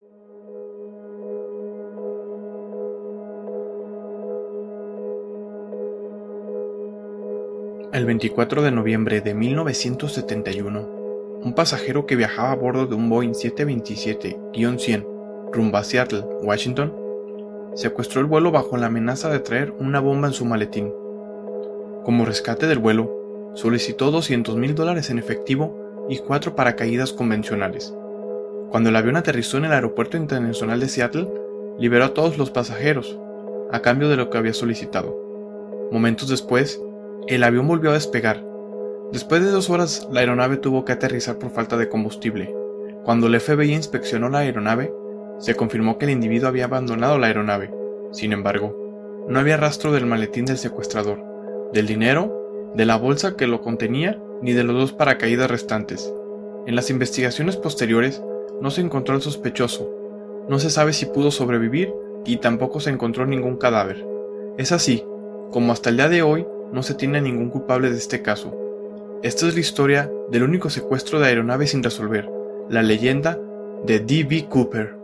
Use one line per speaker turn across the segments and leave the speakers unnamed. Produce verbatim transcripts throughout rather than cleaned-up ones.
El veinticuatro de noviembre de mil novecientos setenta y uno, un pasajero que viajaba a bordo de un Boeing siete veintisiete cien rumbo a Seattle, Washington, secuestró el vuelo bajo la amenaza de traer una bomba en su maletín. Como rescate del vuelo, solicitó doscientos mil dólares en efectivo y cuatro paracaídas convencionales. Cuando el avión aterrizó en el Aeropuerto Internacional de Seattle, liberó a todos los pasajeros, a cambio de lo que había solicitado. Momentos después, el avión volvió a despegar. Después de dos horas, la aeronave tuvo que aterrizar por falta de combustible. Cuando el F B I inspeccionó la aeronave, se confirmó que el individuo había abandonado la aeronave. Sin embargo, no había rastro del maletín del secuestrador, del dinero, de la bolsa que lo contenía, ni de los dos paracaídas restantes. En las investigaciones posteriores, no se encontró al sospechoso. No se sabe si pudo sobrevivir y tampoco se encontró ningún cadáver. Es así, como hasta el día de hoy, no se tiene ningún culpable de este caso. Esta es la historia del único secuestro de aeronave sin resolver, la leyenda de D B Cooper.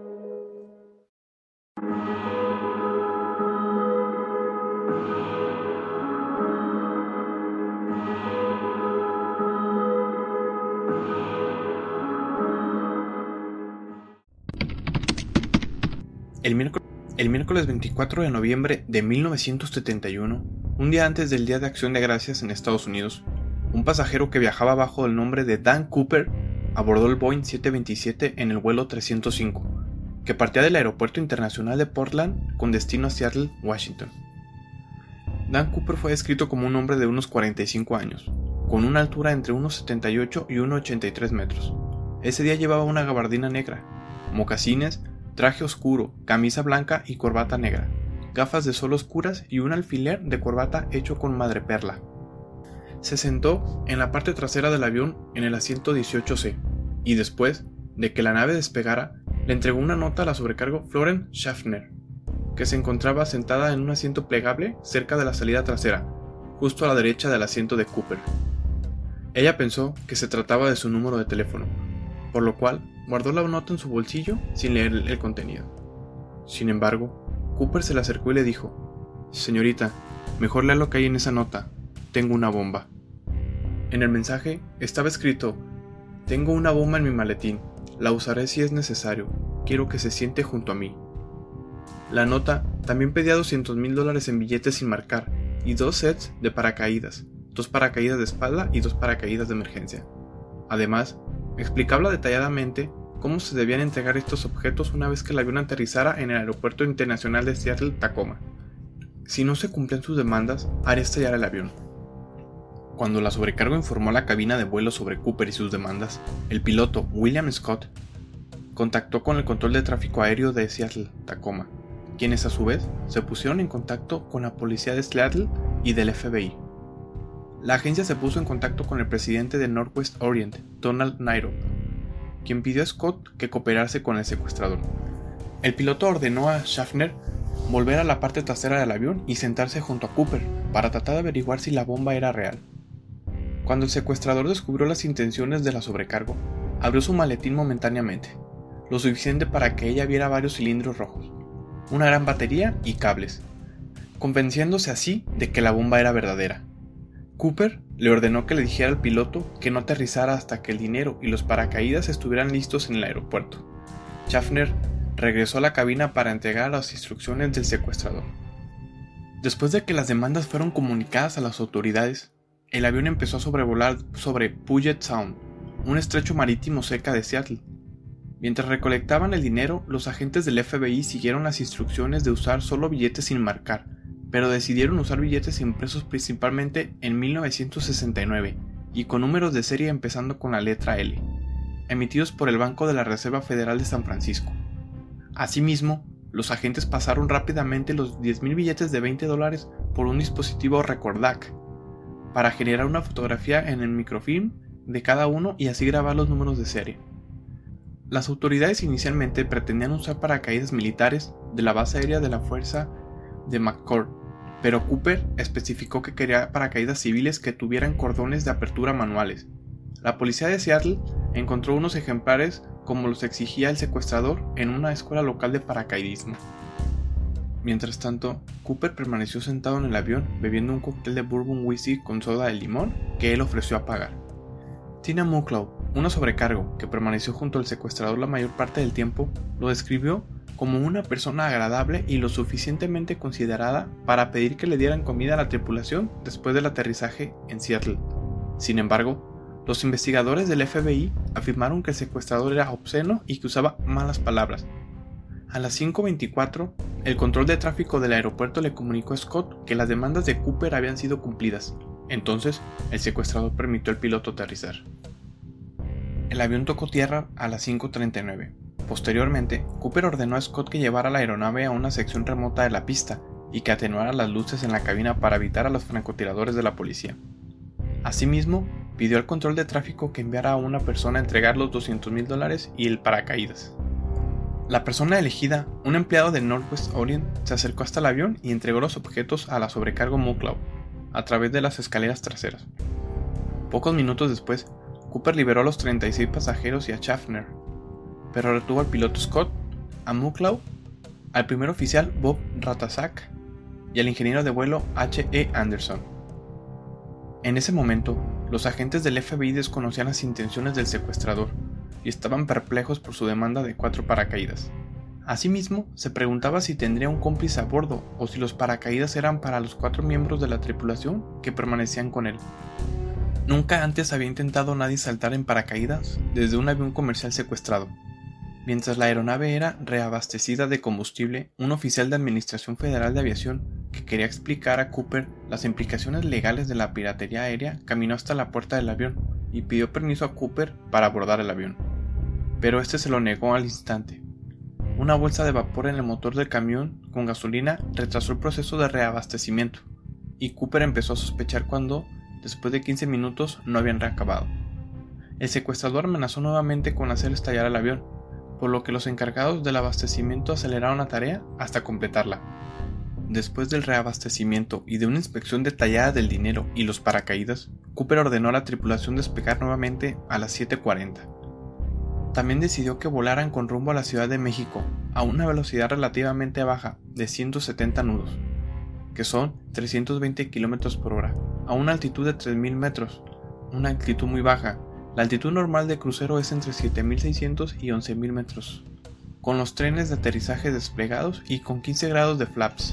El miércoles, el miércoles veinticuatro de noviembre de mil novecientos setenta y uno, un día antes del Día de Acción de Gracias en Estados Unidos, un pasajero que viajaba bajo el nombre de Dan Cooper abordó el Boeing siete veintisiete en el vuelo trescientos cinco, que partía del Aeropuerto Internacional de Portland con destino a Seattle, Washington. Dan Cooper fue descrito como un hombre de unos cuarenta y cinco años, con una altura entre uno setenta y ocho y uno ochenta y tres metros. Ese día llevaba una gabardina negra, mocasines, traje oscuro, camisa blanca y corbata negra, gafas de sol oscuras y un alfiler de corbata hecho con madreperla. Se sentó en la parte trasera del avión en el asiento dieciocho C y después de que la nave despegara, le entregó una nota a la sobrecargo Florence Schaffner, que se encontraba sentada en un asiento plegable cerca de la salida trasera, justo a la derecha del asiento de Cooper. Ella pensó que se trataba de su número de teléfono, por lo cual guardó la nota en su bolsillo sin leer el contenido. Sin embargo, Cooper se le acercó y le dijo: «Señorita, mejor lea lo que hay en esa nota. Tengo una bomba». En el mensaje estaba escrito: «Tengo una bomba en mi maletín. La usaré si es necesario. Quiero que se siente junto a mí». La nota también pedía doscientos mil dólares en billetes sin marcar y dos sets de paracaídas, dos paracaídas de espalda y dos paracaídas de emergencia. Además, explicaba detalladamente cómo se debían entregar estos objetos una vez que el avión aterrizara en el Aeropuerto Internacional de Seattle, Tacoma. Si no se cumplían sus demandas, haría estallar el avión. Cuando la sobrecargo informó a la cabina de vuelo sobre Cooper y sus demandas, el piloto William Scott contactó con el control de tráfico aéreo de Seattle, Tacoma, quienes a su vez se pusieron en contacto con la policía de Seattle y del F B I. La agencia se puso en contacto con el presidente de Northwest Orient, Donald Nairo, quien pidió a Scott que cooperase con el secuestrador. El piloto ordenó a Schaffner volver a la parte trasera del avión y sentarse junto a Cooper para tratar de averiguar si la bomba era real. Cuando el secuestrador descubrió las intenciones de la sobrecargo, abrió su maletín momentáneamente, lo suficiente para que ella viera varios cilindros rojos, una gran batería y cables, convenciéndose así de que la bomba era verdadera. Cooper le ordenó que le dijera al piloto que no aterrizara hasta que el dinero y los paracaídas estuvieran listos en el aeropuerto. Schaffner regresó a la cabina para entregar las instrucciones del secuestrador. Después de que las demandas fueron comunicadas a las autoridades, el avión empezó a sobrevolar sobre Puget Sound, un estrecho marítimo cerca de Seattle. Mientras recolectaban el dinero, los agentes del F B I siguieron las instrucciones de usar solo billetes sin marcar, pero decidieron usar billetes impresos principalmente en mil novecientos sesenta y nueve y con números de serie empezando con la letra L, emitidos por el Banco de la Reserva Federal de San Francisco. Asimismo, los agentes pasaron rápidamente los diez mil billetes de veinte dólares por un dispositivo Recordac para generar una fotografía en el microfilm de cada uno y así grabar los números de serie. Las autoridades inicialmente pretendían usar paracaídas militares de la base aérea de la Fuerza de McCord, pero Cooper especificó que quería paracaídas civiles que tuvieran cordones de apertura manuales. La policía de Seattle encontró unos ejemplares como los exigía el secuestrador en una escuela local de paracaidismo. Mientras tanto, Cooper permaneció sentado en el avión bebiendo un cóctel de bourbon whisky con soda de limón que él ofreció a pagar. Tina Mucklow, una sobrecargo que permaneció junto al secuestrador la mayor parte del tiempo, lo describió como una persona agradable y lo suficientemente considerada para pedir que le dieran comida a la tripulación después del aterrizaje en Seattle. Sin embargo, los investigadores del F B I afirmaron que el secuestrador era obsceno y que usaba malas palabras. A las cinco veinticuatro, el control de tráfico del aeropuerto le comunicó a Scott que las demandas de Cooper habían sido cumplidas. Entonces, el secuestrador permitió al piloto aterrizar. El avión tocó tierra a las cinco treinta y nueve. Posteriormente, Cooper ordenó a Scott que llevara la aeronave a una sección remota de la pista y que atenuara las luces en la cabina para evitar a los francotiradores de la policía. Asimismo, pidió al control de tráfico que enviara a una persona a entregar los doscientos mil dólares y el paracaídas. La persona elegida, un empleado de Northwest Orient, se acercó hasta el avión y entregó los objetos a la sobrecargo Mucklow a través de las escaleras traseras. Pocos minutos después, Cooper liberó a los treinta y seis pasajeros y a Schaffner, pero retuvo al piloto Scott, a Mucklow, al primer oficial Bob Ratasak y al ingeniero de vuelo H E Anderson. En ese momento, los agentes del F B I desconocían las intenciones del secuestrador y estaban perplejos por su demanda de cuatro paracaídas. Asimismo, se preguntaba si tendría un cómplice a bordo o si los paracaídas eran para los cuatro miembros de la tripulación que permanecían con él. Nunca antes había intentado nadie saltar en paracaídas desde un avión comercial secuestrado. Mientras la aeronave era reabastecida de combustible, un oficial de Administración Federal de Aviación que quería explicar a Cooper las implicaciones legales de la piratería aérea caminó hasta la puerta del avión y pidió permiso a Cooper para abordar el avión. Pero este se lo negó al instante. Una bolsa de vapor en el motor del camión con gasolina retrasó el proceso de reabastecimiento, y Cooper empezó a sospechar cuando, después de quince minutos, no habían reacabado. El secuestrador amenazó nuevamente con hacer estallar el avión, por lo que los encargados del abastecimiento aceleraron la tarea hasta completarla. Después del reabastecimiento y de una inspección detallada del dinero y los paracaídas, Cooper ordenó a la tripulación despegar nuevamente a las siete cuarenta. También decidió que volaran con rumbo a la Ciudad de México a una velocidad relativamente baja de ciento setenta nudos, que son trescientos veinte kilómetros por hora, a una altitud de tres mil metros, una altitud muy baja. La altitud normal de crucero es entre siete mil seiscientos y once mil metros, con los trenes de aterrizaje desplegados y con quince grados de flaps.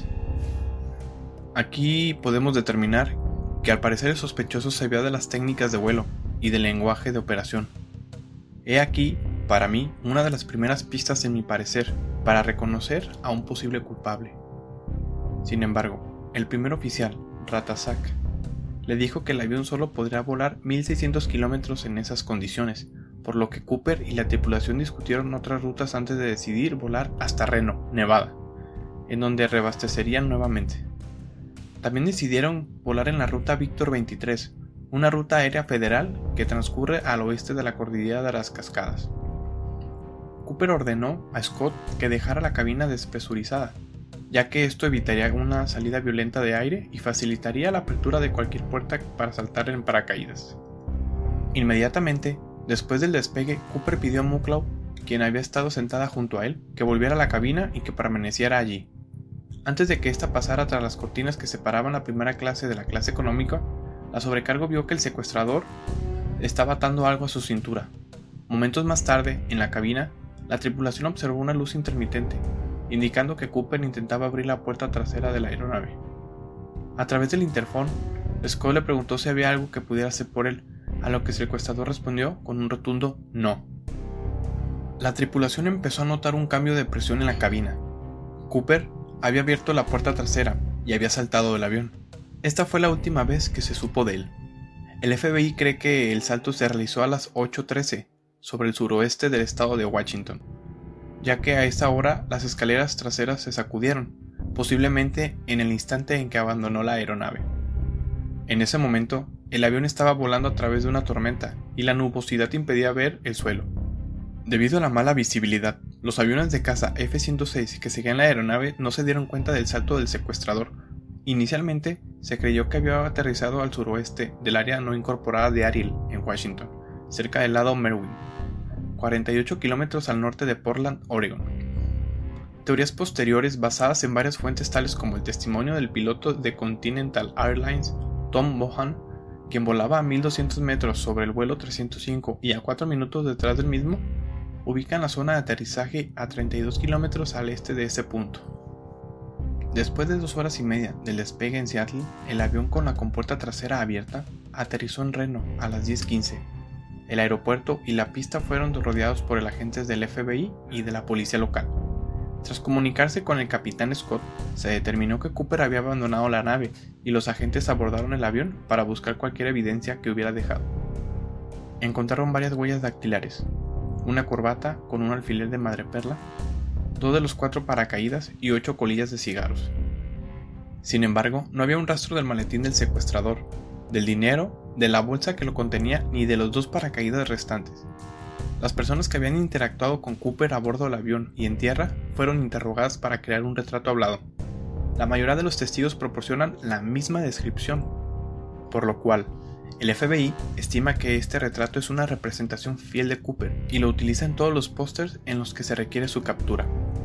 Aquí podemos determinar que al parecer el sospechoso sabía de las técnicas de vuelo y del lenguaje de operación. He aquí, para mí, una de las primeras pistas en mi parecer para reconocer a un posible culpable. Sin embargo, el primer oficial, Ratasak, le dijo que el avión solo podría volar mil seiscientos kilómetros en esas condiciones, por lo que Cooper y la tripulación discutieron otras rutas antes de decidir volar hasta Reno, Nevada, en donde reabastecerían nuevamente. También decidieron volar en la ruta Víctor veintitrés, una ruta aérea federal que transcurre al oeste de la cordillera de las Cascadas. Cooper ordenó a Scott que dejara la cabina despresurizada, ya que esto evitaría una salida violenta de aire y facilitaría la apertura de cualquier puerta para saltar en paracaídas. Inmediatamente, después del despegue, Cooper pidió a Mucklow, quien había estado sentada junto a él, que volviera a la cabina y que permaneciera allí. Antes de que ésta pasara tras las cortinas que separaban la primera clase de la clase económica, la sobrecargo vio que el secuestrador estaba atando algo a su cintura. Momentos más tarde, en la cabina, la tripulación observó una luz intermitente, indicando que Cooper intentaba abrir la puerta trasera de la aeronave. A través del interfón, Scott le preguntó si había algo que pudiera hacer por él, a lo que el secuestrador respondió con un rotundo no. La tripulación empezó a notar un cambio de presión en la cabina. Cooper había abierto la puerta trasera y había saltado del avión. Esta fue la última vez que se supo de él. El F B I cree que el salto se realizó a las ocho trece sobre el suroeste del estado de Washington, ya que a esa hora las escaleras traseras se sacudieron, posiblemente en el instante en que abandonó la aeronave. En ese momento, el avión estaba volando a través de una tormenta y la nubosidad impedía ver el suelo. Debido a la mala visibilidad, los aviones de caza F ciento seis que seguían la aeronave no se dieron cuenta del salto del secuestrador. Inicialmente, se creyó que había aterrizado al suroeste del área no incorporada de Ariel, en Washington, cerca del lado Merwin. cuarenta y ocho kilómetros al norte de Portland, Oregon. Teorías posteriores basadas en varias fuentes tales como el testimonio del piloto de Continental Airlines, Tom Mohan, quien volaba a mil doscientos metros sobre el vuelo trescientos cinco y a cuatro minutos detrás del mismo, ubican la zona de aterrizaje a treinta y dos kilómetros al este de ese punto. Después de dos horas y media del despegue en Seattle, el avión con la compuerta trasera abierta aterrizó en Reno a las diez quince. El aeropuerto y la pista fueron rodeados por el agentes del F B I y de la policía local. Tras comunicarse con el capitán Scott, se determinó que Cooper había abandonado la nave y los agentes abordaron el avión para buscar cualquier evidencia que hubiera dejado. Encontraron varias huellas dactilares, una corbata con un alfiler de madreperla, dos de los cuatro paracaídas y ocho colillas de cigarros. Sin embargo, no había un rastro del maletín del secuestrador, del dinero, de la bolsa que lo contenía ni de los dos paracaídas restantes. Las personas que habían interactuado con Cooper a bordo del avión y en tierra fueron interrogadas para crear un retrato hablado. La mayoría de los testigos proporcionan la misma descripción, por lo cual el F B I estima que este retrato es una representación fiel de Cooper y lo utiliza en todos los pósters en los que se requiere su captura.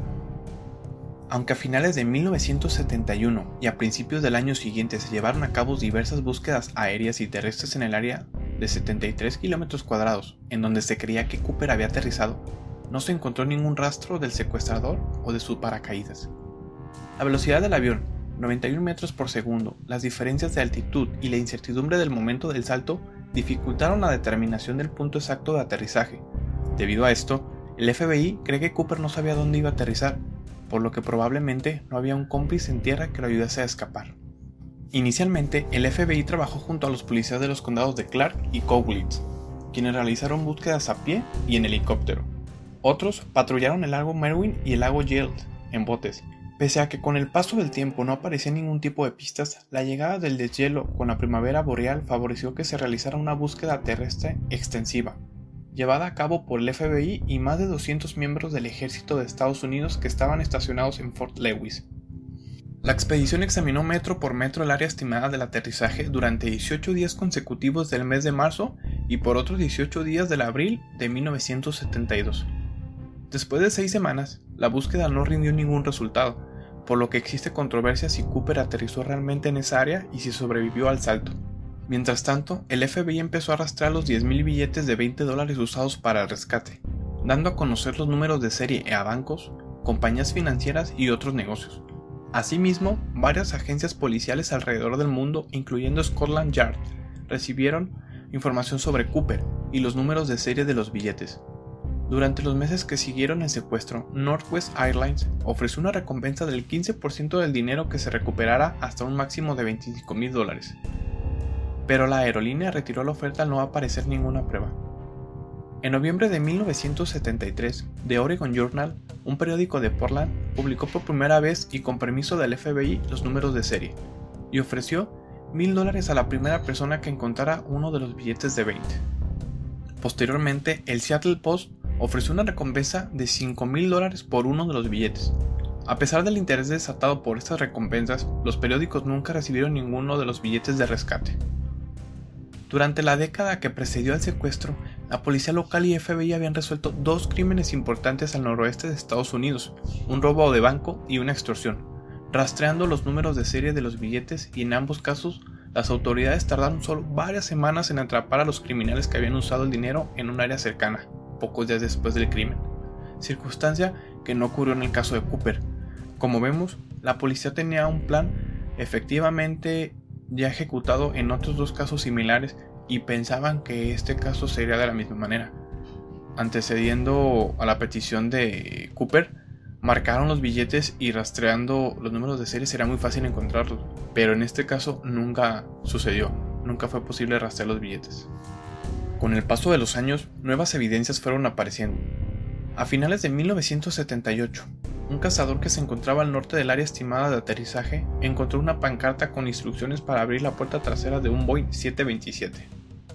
Aunque a finales de mil novecientos setenta y uno y a principios del año siguiente se llevaron a cabo diversas búsquedas aéreas y terrestres en el área de setenta y tres kilómetros cuadrados, en donde se creía que Cooper había aterrizado, no se encontró ningún rastro del secuestrador o de sus paracaídas. La velocidad del avión, noventa y un metros por segundo, las diferencias de altitud y la incertidumbre del momento del salto dificultaron la determinación del punto exacto de aterrizaje. Debido a esto, el F B I cree que Cooper no sabía dónde iba a aterrizar, por lo que probablemente no había un cómplice en tierra que lo ayudase a escapar. Inicialmente, el F B I trabajó junto a los policías de los condados de Clark y Cowlitz, quienes realizaron búsquedas a pie y en helicóptero. Otros patrullaron el lago Merwin y el lago Yield en botes. Pese a que con el paso del tiempo no aparecía ningún tipo de pistas, la llegada del deshielo con la primavera boreal favoreció que se realizara una búsqueda terrestre extensiva, llevada a cabo por el F B I y más de doscientos miembros del ejército de Estados Unidos que estaban estacionados en Fort Lewis. La expedición examinó metro por metro el área estimada del aterrizaje durante dieciocho días consecutivos del mes de marzo y por otros dieciocho días del abril de mil novecientos setenta y dos. Después de seis semanas, la búsqueda no rindió ningún resultado, por lo que existe controversia si Cooper aterrizó realmente en esa área y si sobrevivió al salto. Mientras tanto, el F B I empezó a rastrear los diez mil billetes de veinte dólares usados para el rescate, dando a conocer los números de serie a bancos, compañías financieras y otros negocios. Asimismo, varias agencias policiales alrededor del mundo, incluyendo Scotland Yard, recibieron información sobre Cooper y los números de serie de los billetes. Durante los meses que siguieron el secuestro, Northwest Airlines ofreció una recompensa del quince por ciento del dinero que se recuperara hasta un máximo de veinticinco mil dólares. Pero la aerolínea retiró la oferta al no aparecer ninguna prueba. En noviembre de mil novecientos setenta y tres, The Oregon Journal, un periódico de Portland, publicó por primera vez y con permiso del F B I los números de serie, y ofreció mil dólares a la primera persona que encontrara uno de los billetes de veinte. Posteriormente, el Seattle Post ofreció una recompensa de cinco mil dólares por uno de los billetes. A pesar del interés desatado por estas recompensas, los periódicos nunca recibieron ninguno de los billetes de rescate. Durante la década que precedió al secuestro, la policía local y F B I habían resuelto dos crímenes importantes al noroeste de Estados Unidos, un robo de banco y una extorsión, rastreando los números de serie de los billetes, y en ambos casos las autoridades tardaron solo varias semanas en atrapar a los criminales que habían usado el dinero en un área cercana, pocos días después del crimen, circunstancia que no ocurrió en el caso de Cooper. Como vemos, la policía tenía un plan efectivamente ya ejecutado en otros dos casos similares y pensaban que este caso sería de la misma manera. Antecediendo a la petición de Cooper, marcaron los billetes y rastreando los números de serie será muy fácil encontrarlos, pero en este caso nunca sucedió, nunca fue posible rastrear los billetes. Con el paso de los años, nuevas evidencias fueron apareciendo. A finales de mil novecientos setenta y ocho, un cazador que se encontraba al norte del área estimada de aterrizaje encontró una pancarta con instrucciones para abrir la puerta trasera de un Boeing siete veintisiete.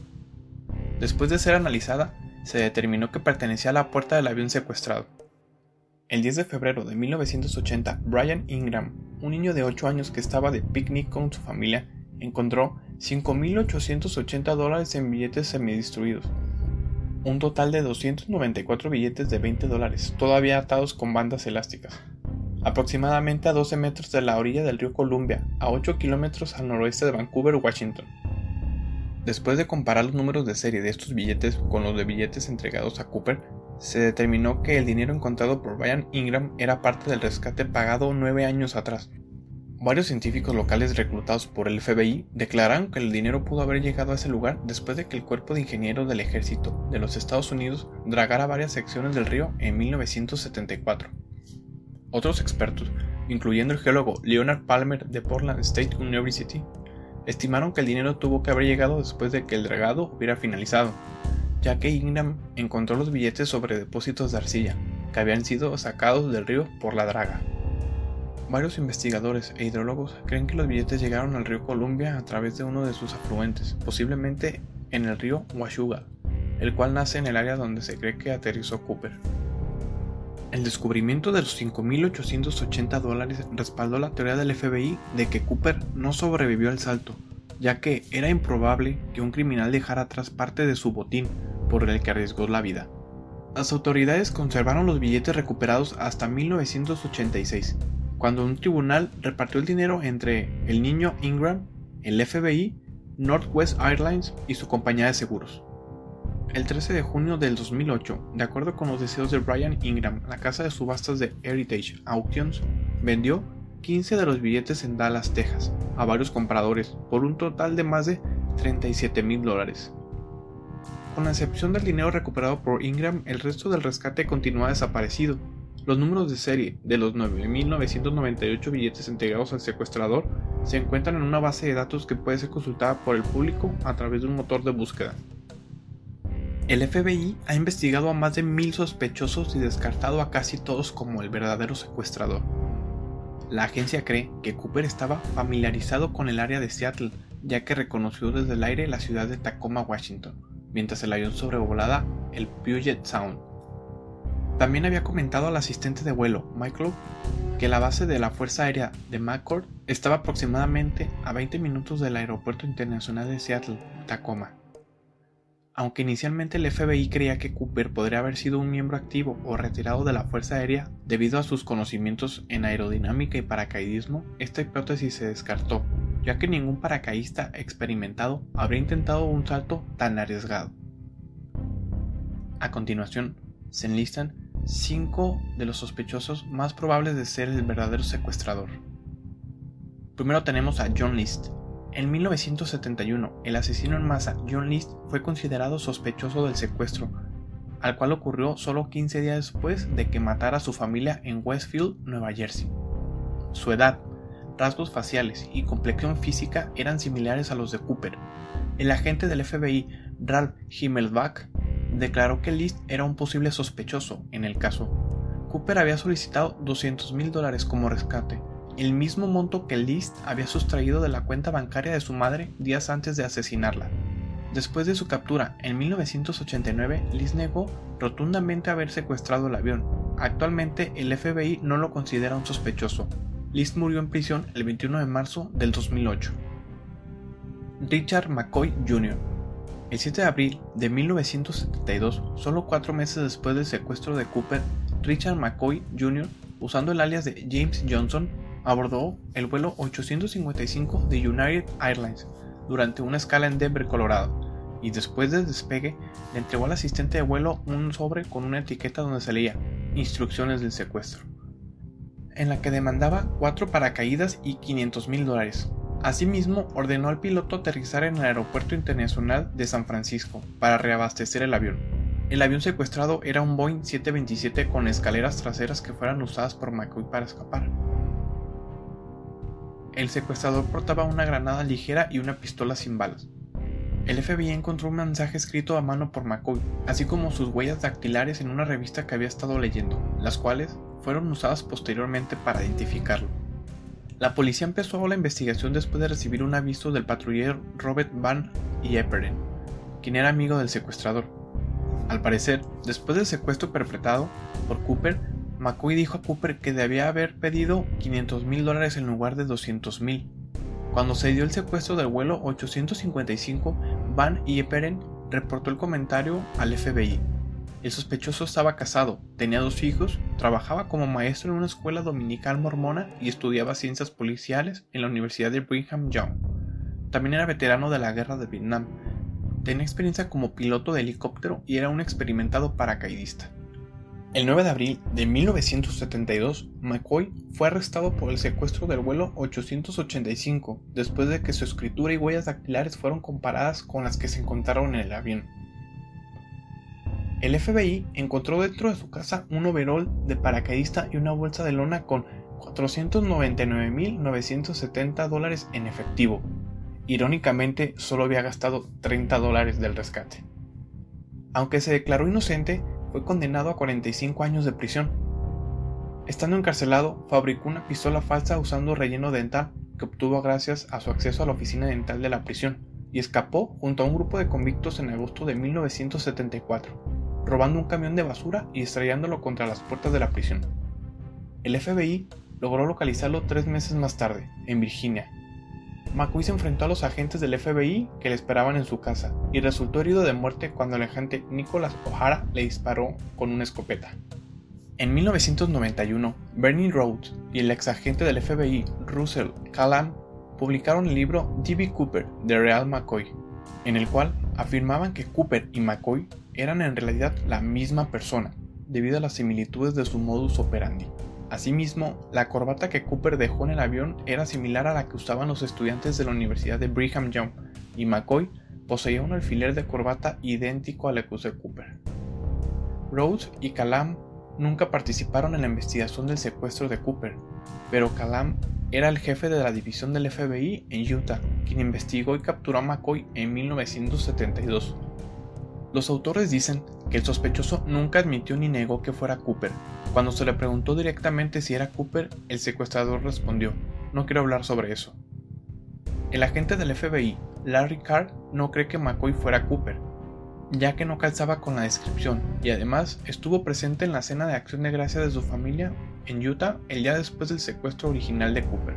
Después de ser analizada, se determinó que pertenecía a la puerta del avión secuestrado. El diez de febrero de mil novecientos ochenta, Brian Ingram, un niño de ocho años que estaba de picnic con su familia, encontró cinco mil ochocientos ochenta dólares en billetes semidestruidos. un total de doscientos noventa y cuatro billetes de veinte dólares, todavía atados con bandas elásticas, aproximadamente a doce metros de la orilla del río Columbia, a ocho kilómetros al noroeste de Vancouver, Washington. Después de comparar los números de serie de estos billetes con los de billetes entregados a Cooper, se determinó que el dinero encontrado por Brian Ingram era parte del rescate pagado nueve años atrás. Varios científicos locales reclutados por el F B I declararon que el dinero pudo haber llegado a ese lugar después de que el Cuerpo de Ingenieros del Ejército de los Estados Unidos dragara varias secciones del río en mil novecientos setenta y cuatro. Otros expertos, incluyendo el geólogo Leonard Palmer de Portland State University, estimaron que el dinero tuvo que haber llegado después de que el dragado hubiera finalizado, ya que Ingram encontró los billetes sobre depósitos de arcilla, que habían sido sacados del río por la draga. Varios investigadores e hidrólogos creen que los billetes llegaron al río Columbia a través de uno de sus afluentes, posiblemente en el río Washougal, el cual nace en el área donde se cree que aterrizó Cooper. El descubrimiento de los cinco mil ochocientos ochenta dólares respaldó la teoría del F B I de que Cooper no sobrevivió al salto, ya que era improbable que un criminal dejara atrás parte de su botín por el que arriesgó la vida. Las autoridades conservaron los billetes recuperados hasta mil novecientos ochenta y seis, cuando un tribunal repartió el dinero entre el niño Ingram, el F B I, Northwest Airlines y su compañía de seguros. El trece de junio del dos mil ocho, de acuerdo con los deseos de Brian Ingram, la casa de subastas de Heritage Auctions vendió quince de los billetes en Dallas, Texas, a varios compradores, por un total de más de treinta y siete mil dólares. Con la excepción del dinero recuperado por Ingram, el resto del rescate continúa desaparecido. Los números de serie de los nueve mil novecientos noventa y ocho billetes entregados al secuestrador se encuentran en una base de datos que puede ser consultada por el público a través de un motor de búsqueda. El F B I ha investigado a más de mil sospechosos y descartado a casi todos como el verdadero secuestrador. La agencia cree que Cooper estaba familiarizado con el área de Seattle, ya que reconoció desde el aire la ciudad de Tacoma, Washington, mientras el avión sobrevolaba el Puget Sound. También había comentado al asistente de vuelo, Michael, que la base de la Fuerza Aérea de McCord estaba aproximadamente a veinte minutos del Aeropuerto Internacional de Seattle, Tacoma. Aunque inicialmente el F B I creía que Cooper podría haber sido un miembro activo o retirado de la Fuerza Aérea debido a sus conocimientos en aerodinámica y paracaidismo, esta hipótesis se descartó, ya que ningún paracaidista experimentado habría intentado un salto tan arriesgado. A continuación, se enlistan cinco de los sospechosos más probables de ser el verdadero secuestrador. Primero tenemos a John List. En mil novecientos setenta y uno, el asesino en masa John List fue considerado sospechoso del secuestro, al cual ocurrió solo quince días después de que matara a su familia en Westfield, Nueva Jersey. Su edad, rasgos faciales y complexión física eran similares a los de Cooper. El agente del F B I, Ralph Himmelbach, declaró que List era un posible sospechoso en el caso. Cooper había solicitado doscientos mil dólares como rescate, el mismo monto que List había sustraído de la cuenta bancaria de su madre días antes de asesinarla. Después de su captura en mil novecientos ochenta y nueve, List negó rotundamente haber secuestrado el avión. Actualmente el F B I no lo considera un sospechoso. List murió en prisión el veintiuno de marzo del dos mil ocho. Richard McCoy junior El siete de abril de mil novecientos setenta y dos, solo cuatro meses después del secuestro de Cooper, Richard McCoy junior, usando el alias de James Johnson, abordó el vuelo ochocientos cincuenta y cinco de United Airlines durante una escala en Denver, Colorado, y después del despegue le entregó al asistente de vuelo un sobre con una etiqueta donde se leía "Instrucciones del secuestro", en la que demandaba cuatro paracaídas y quinientos mil dólares. Asimismo, ordenó al piloto aterrizar en el Aeropuerto Internacional de San Francisco para reabastecer el avión. El avión secuestrado era un Boeing siete veintisiete con escaleras traseras que fueran usadas por McCoy para escapar. El secuestrador portaba una granada ligera y una pistola sin balas. El F B I encontró un mensaje escrito a mano por McCoy, así como sus huellas dactilares en una revista que había estado leyendo, las cuales fueron usadas posteriormente para identificarlo. La policía empezó la investigación después de recibir un aviso del patrullero Robert Van Yeperen, quien era amigo del secuestrador. Al parecer, después del secuestro perpetrado por Cooper, McCoy dijo a Cooper que debía haber pedido quinientos mil dólares en lugar de doscientos mil. Cuando se dio el secuestro del vuelo ochocientos cincuenta y cinco, Van Yeperen reportó el comentario al F B I. El sospechoso estaba casado, tenía dos hijos, trabajaba como maestro en una escuela dominical mormona y estudiaba ciencias policiales en la Universidad de Brigham Young. También era veterano de la guerra de Vietnam, tenía experiencia como piloto de helicóptero y era un experimentado paracaidista. El nueve de abril de mil novecientos setenta y dos, McCoy fue arrestado por el secuestro del vuelo ochocientos ochenta y cinco, después de que su escritura y huellas dactilares fueron comparadas con las que se encontraron en el avión. El F B I encontró dentro de su casa un overol de paracaidista y una bolsa de lona con cuatrocientos noventa y nueve mil novecientos setenta dólares en efectivo. Irónicamente, solo había gastado treinta dólares del rescate. Aunque se declaró inocente, fue condenado a cuarenta y cinco años de prisión. Estando encarcelado, fabricó una pistola falsa usando relleno dental que obtuvo gracias a su acceso a la oficina dental de la prisión, y escapó junto a un grupo de convictos en agosto de mil novecientos setenta y cuatro, robando un camión de basura y estrellándolo contra las puertas de la prisión. El F B I logró localizarlo tres meses más tarde, en Virginia. McCoy se enfrentó a los agentes del F B I que le esperaban en su casa y resultó herido de muerte cuando el agente Nicholas O'Hara le disparó con una escopeta. En mil novecientos noventa y uno, Bernie Rhodes y el ex agente del F B I Russell Callan publicaron el libro D B Cooper, The Real McCoy, en el cual afirmaban que Cooper y McCoy eran en realidad la misma persona, debido a las similitudes de su modus operandi. Asimismo, la corbata que Cooper dejó en el avión era similar a la que usaban los estudiantes de la Universidad de Brigham Young, y McCoy poseía un alfiler de corbata idéntico a la que usó Cooper. Rhodes y Callan nunca participaron en la investigación del secuestro de Cooper, pero Callan era el jefe de la división del F B I en Utah, quien investigó y capturó a McCoy en mil novecientos setenta y dos. Los autores dicen que el sospechoso nunca admitió ni negó que fuera Cooper. Cuando se le preguntó directamente si era Cooper, el secuestrador respondió: "No quiero hablar sobre eso". El agente del F B I, Larry Carr, no cree que McCoy fuera Cooper, ya que no calzaba con la descripción, y además estuvo presente en la cena de acción de gracia de su familia en Utah el día después del secuestro original de Cooper.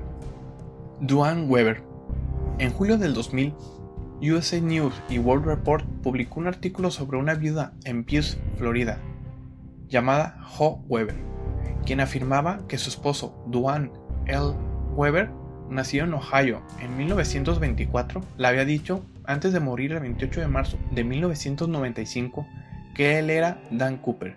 Duane Weber. En julio del dos mil, U S A News y World Report publicó un artículo sobre una viuda en Pierce, Florida, llamada Jo Weber, quien afirmaba que su esposo, Duane L. Weber, nacido en Ohio en mil novecientos veinticuatro, le había dicho, antes de morir el veintiocho de marzo de mil novecientos noventa y cinco, que él era Dan Cooper.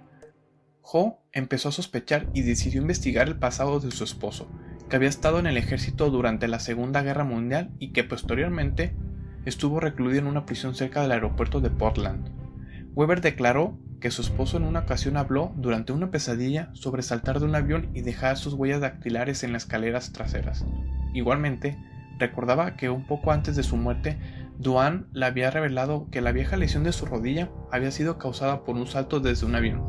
Jo empezó a sospechar y decidió investigar el pasado de su esposo, que había estado en el ejército durante la Segunda Guerra Mundial y que posteriormente estuvo recluido en una prisión cerca del aeropuerto de Portland. Weber declaró que su esposo en una ocasión habló durante una pesadilla sobre saltar de un avión y dejar sus huellas dactilares en las escaleras traseras. Igualmente, recordaba que un poco antes de su muerte, Duane le había revelado que la vieja lesión de su rodilla había sido causada por un salto desde un avión.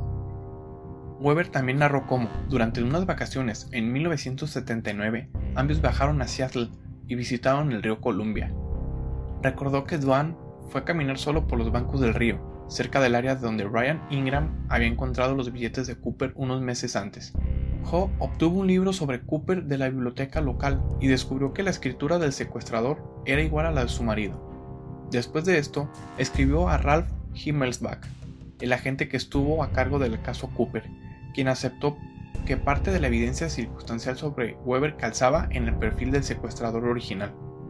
Weber también narró cómo, durante unas vacaciones en mil novecientos setenta y nueve, ambos viajaron a Seattle y visitaron el río Columbia. Recordó que Duane fue a caminar solo por los bancos del río, cerca del área donde Ryan Ingram había encontrado los billetes de Cooper unos meses antes. Jo obtuvo un libro sobre Cooper de la biblioteca local y descubrió que la escritura del secuestrador era igual a la de su marido. Después de esto, escribió a Ralph Himmelsbach, el agente que estuvo a cargo del caso Cooper, quien aceptó que parte de la evidencia circunstancial sobre Weber calzaba en el perfil del secuestrador original.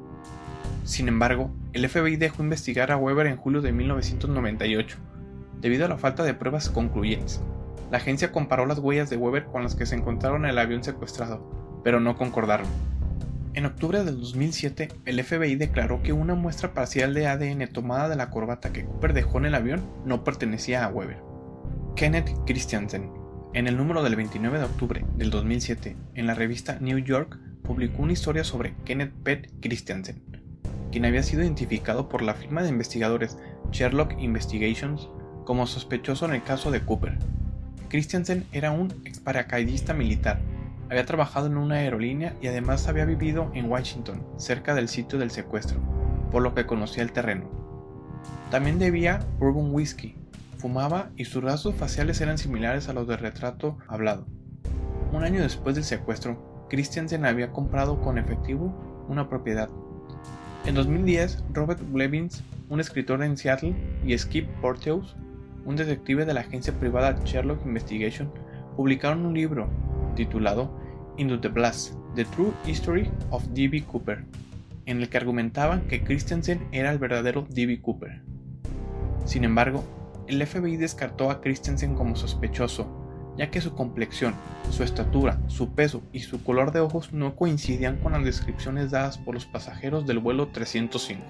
Sin embargo, el F B I dejó investigar a Weber en julio de mil novecientos noventa y ocho, debido a la falta de pruebas concluyentes. La agencia comparó las huellas de Weber con las que se encontraron en el avión secuestrado, pero no concordaron. En octubre del dos mil siete, el F B I declaró que una muestra parcial de A D N tomada de la corbata que Cooper dejó en el avión no pertenecía a Weber. Kenneth Christiansen, en el número del veintinueve de octubre del dos mil siete, en la revista New York, publicó una historia sobre Kenneth Pett Christiansen, quien había sido identificado por la firma de investigadores Sherlock Investigations como sospechoso en el caso de Cooper. Christiansen era un ex paracaidista militar, había trabajado en una aerolínea y además había vivido en Washington, cerca del sitio del secuestro, por lo que conocía el terreno. También bebía bourbon whisky, fumaba y sus rasgos faciales eran similares a los del retrato hablado. Un año después del secuestro, Christiansen había comprado con efectivo una propiedad. En dos mil diez, Robert Blevins un escritor en Seattle, y Skip Porteous, un detective de la agencia privada Sherlock Investigation, publicaron un libro titulado Into the Blast: The True History of D B. Cooper, en el que argumentaban que Christensen era el verdadero D B. Cooper. Sin embargo, el F B I descartó a Christensen como sospechoso, ya que su complexión, su estatura, su peso y su color de ojos no coincidían con las descripciones dadas por los pasajeros del vuelo trescientos cinco.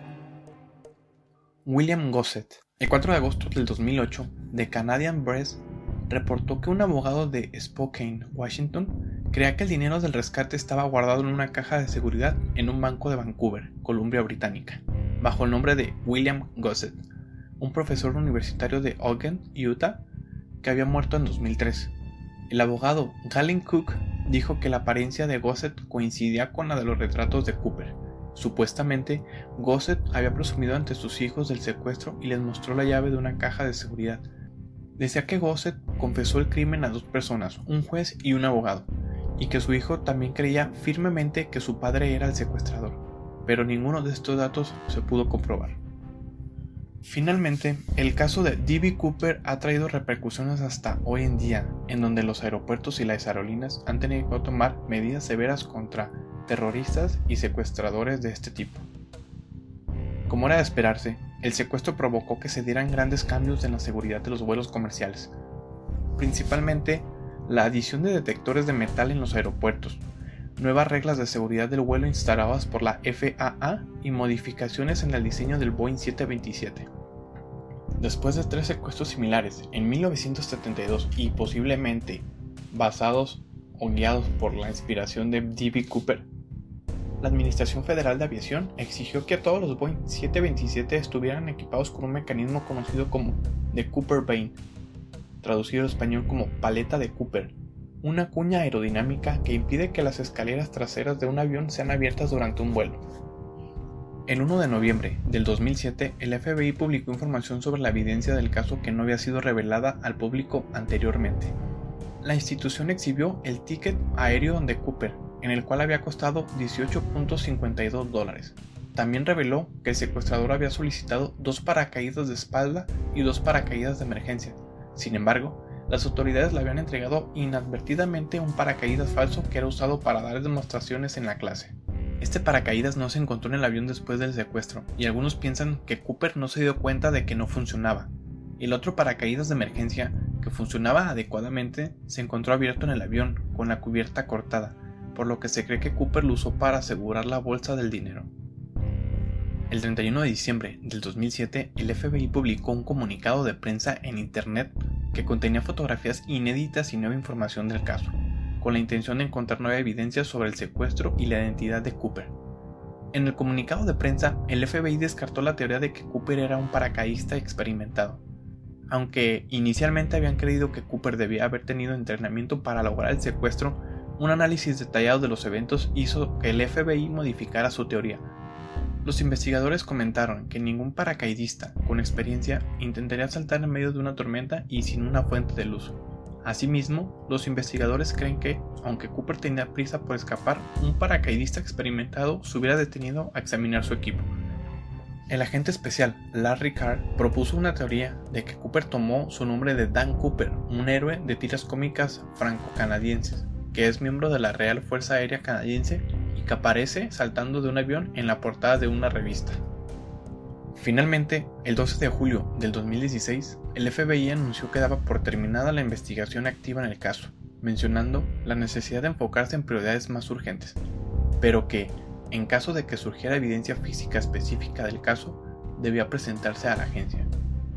William Gossett, el cuatro de agosto del dos mil ocho, de Canadian Press, reportó que un abogado de Spokane, Washington, creía que el dinero del rescate estaba guardado en una caja de seguridad en un banco de Vancouver, Columbia Británica, bajo el nombre de William Gossett, un profesor universitario de Ogden, Utah, que había muerto en dos mil tres. El abogado Galen Cook dijo que la apariencia de Gossett coincidía con la de los retratos de Cooper. Supuestamente, Gossett había presumido ante sus hijos del secuestro y les mostró la llave de una caja de seguridad. Decía que Gossett confesó el crimen a dos personas, un juez y un abogado, y que su hijo también creía firmemente que su padre era el secuestrador, pero ninguno de estos datos se pudo comprobar. Finalmente, el caso de D B. Cooper ha traído repercusiones hasta hoy en día, en donde los aeropuertos y las aerolíneas han tenido que tomar medidas severas contra terroristas y secuestradores de este tipo. Como era de esperarse, el secuestro provocó que se dieran grandes cambios en la seguridad de los vuelos comerciales, principalmente la adición de detectores de metal en los aeropuertos, nuevas reglas de seguridad del vuelo instaladas por la F A A y modificaciones en el diseño del Boeing siete veintisiete. Después de tres secuestros similares en mil novecientos setenta y dos y posiblemente basados o guiados por la inspiración de D B. Cooper, la Administración Federal de Aviación exigió que todos los Boeing siete veintisiete estuvieran equipados con un mecanismo conocido como The Cooper Vane, traducido al español como paleta de Cooper, una cuña aerodinámica que impide que las escaleras traseras de un avión sean abiertas durante un vuelo. El uno de noviembre del dos mil siete, el F B I publicó información sobre la evidencia del caso que no había sido revelada al público anteriormente. La institución exhibió el ticket aéreo de Cooper, en el cual había costado dieciocho punto cincuenta y dos dólares. También reveló que el secuestrador había solicitado dos paracaídas de espalda y dos paracaídas de emergencia. Sin embargo, las autoridades le habían entregado inadvertidamente un paracaídas falso que era usado para dar demostraciones en la clase. Este paracaídas no se encontró en el avión después del secuestro, y algunos piensan que Cooper no se dio cuenta de que no funcionaba. El otro paracaídas de emergencia, que funcionaba adecuadamente, se encontró abierto en el avión, con la cubierta cortada, por lo que se cree que Cooper lo usó para asegurar la bolsa del dinero. El treinta y uno de diciembre del dos mil siete, el F B I publicó un comunicado de prensa en internet que contenía fotografías inéditas y nueva información del caso, con la intención de encontrar nueva evidencia sobre el secuestro y la identidad de Cooper. En el comunicado de prensa, el F B I descartó la teoría de que Cooper era un paracaidista experimentado. Aunque inicialmente habían creído que Cooper debía haber tenido entrenamiento para lograr el secuestro, un análisis detallado de los eventos hizo que el F B I modificara su teoría. Los investigadores comentaron que ningún paracaidista con experiencia intentaría saltar en medio de una tormenta y sin una fuente de luz. Asimismo, los investigadores creen que, aunque Cooper tenía prisa por escapar, un paracaidista experimentado se hubiera detenido a examinar su equipo. El agente especial Larry Carr propuso una teoría de que Cooper tomó su nombre de Dan Cooper, un héroe de tiras cómicas franco-canadienses, que es miembro de la Real Fuerza Aérea Canadiense y que aparece saltando de un avión en la portada de una revista. Finalmente, el doce de julio del dos mil dieciséis, el F B I anunció que daba por terminada la investigación activa en el caso, mencionando la necesidad de enfocarse en prioridades más urgentes, pero que, en caso de que surgiera evidencia física específica del caso, debía presentarse a la agencia.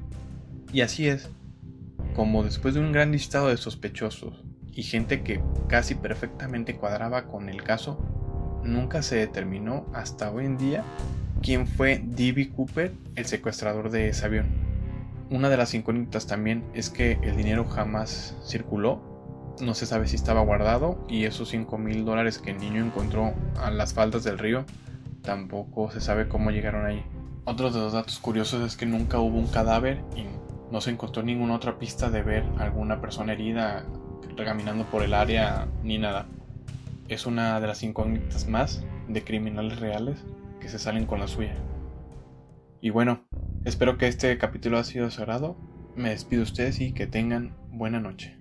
Y así es, como después de un gran listado de sospechosos y gente que casi perfectamente cuadraba con el caso, nunca se determinó hasta hoy en día quién fue D B. Cooper, el secuestrador de ese avión. Una de las incógnitas también es que el dinero jamás circuló. No se sabe si estaba guardado, y esos cinco mil dólares que el niño encontró a las faldas del río, tampoco se sabe cómo llegaron ahí. Otro de los datos curiosos es que nunca hubo un cadáver y no se encontró ninguna otra pista de ver alguna persona herida caminando por el área ni nada. Es una de las incógnitas más de criminales reales que se salen con la suya. Y bueno, Espero que este capítulo haya sido de su agrado. Me despido de ustedes y que tengan buena noche.